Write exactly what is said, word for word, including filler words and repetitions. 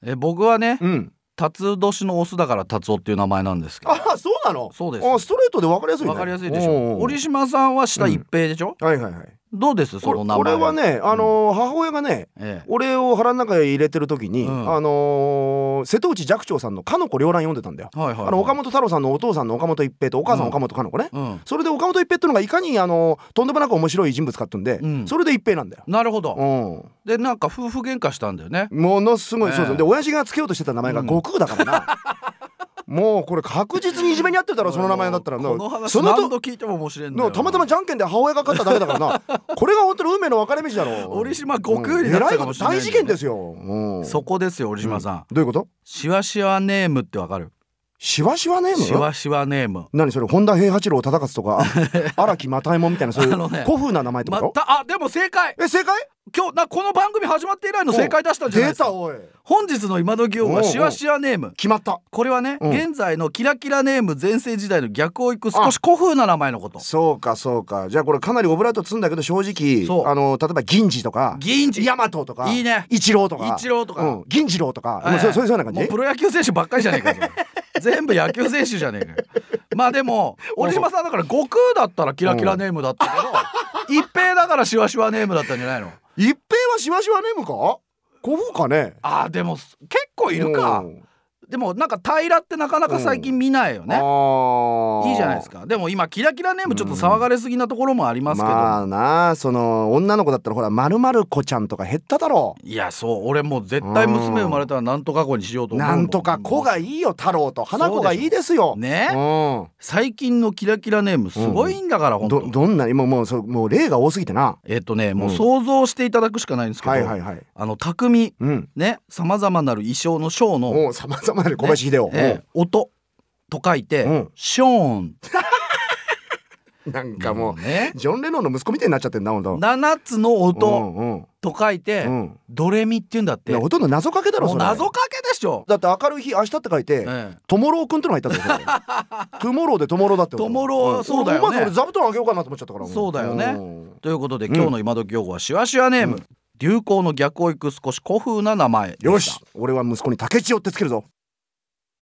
え僕はね、 うん、 辰年のオスだから辰夫っていう名前なんですけど。 あ、そうなの。 そうです。 あ、ストレートで分かりやすいね。 分かりやすいでしおうおう。 ょ。折島さんは下一平でしょ、 うん、はいはいはい。 どうですその名前。 これはね、あのー、母親がね、 ええ、 俺を腹の中へ入れてる時に、 うん、 あのー、瀬戸内寂聴さんのかの子両乱読んでたんだよ、 はいはいはい、 あの岡本太郎さんのお父さんの岡本一平とお母さん岡本かの子ね、 うん、 それで岡本一平ってのがいかに、あのー、とんでもなく面白い人物かってんで、うん、それで一平なんだよ。 なるほど、 うん、 でなんか夫婦喧嘩したんだよね、 ものすごい、えー、そうそうで親父がつけようとしてた名前が悟空だからな、うん、もうこれ確実にいじめにあってたろその名前だったら。 この話何度聞いても面白いんだよ。 たまたまじゃんけんで母親が勝っただけだからなこれが本当に運命の分かれ道だろう。 折島悟空になったかもしれない、 大事件ですよ、うん、 そこですよ折島さん、うん、 どういうこと。 シワシワネームってわかる。 シワシワネーム。 シワシワネーム。 何それ、本田平八郎忠勝とか荒木又右衛門みたいなそういう古風な名前ってこと、 また、あ、でも正解。 え、正解。 今日なこの番組始まって以来の正解出したんじゃないですか。 出た。おい、 本日の今時用語はシワシワネーム。 決まった。これはね、うん、現在のキラキラネーム全盛時代の逆をいく少し古風な名前のこと。 そうかそうか。じゃあこれかなりオブラート積んだけど、正直あの例えば銀次とか銀次、 大和とか、 いいね、 一郎とか一郎とか、うん、 銀次郎とか、もうそういうような感じ。 もうプロ野球選手ばっかりじゃねえか全部野球選手じゃねえかよまあでも折島さんだから悟空だったらキラキラネームだったけど、うん、一平だからシワシワネームだったんじゃないの。 一平はシワシワネームか、古風かね。 あーでも結構いるか。でもなんか平ってなかなか最近見ないよね、うん、いいじゃないですか。でも今キラキラネームちょっと騒がれすぎなところもありますけど、うん、 まあな、その女の子だったらほら〇〇子ちゃんとか減っただろう。 いやそう、俺もう絶対娘生まれたらなんとか子にしようと思うもん。 なんとか子がいいよ、太郎と花子がいいですよね、 うん、 最近のキラキラネームすごいんだから、うん、 ど, どんな今もうそもう例が多すぎてな。 えっとねもう想像していただくしかないんですけど、うん、はいはいはい、あの匠、うん、ね、さまざまなる衣装の章のさまざまなる小林秀夫、ね、 えー、音と書いて、うん、ショーンなんかもう、ね、ジョン・レノンの息子みたいになっちゃってんだほんと。 ななつの音と書いて、うんうん、ドレミって言うんだって。 ほとんど謎かけだろそれ。 謎かけでしょ。 だって明るい日明日って書いて、ええ、トモローくんってのがいたんだよトゥモローでトモローだってこと。 トモロー、うん、そうだよね。 まず俺座布団あげようかなと思っちゃったから。 そうだよね。ということで今日の今時用語はシワシワネーム、うん、流行の逆をいく少し古風な名前でした。 よし、俺は息子に竹千代ってつけるぞ。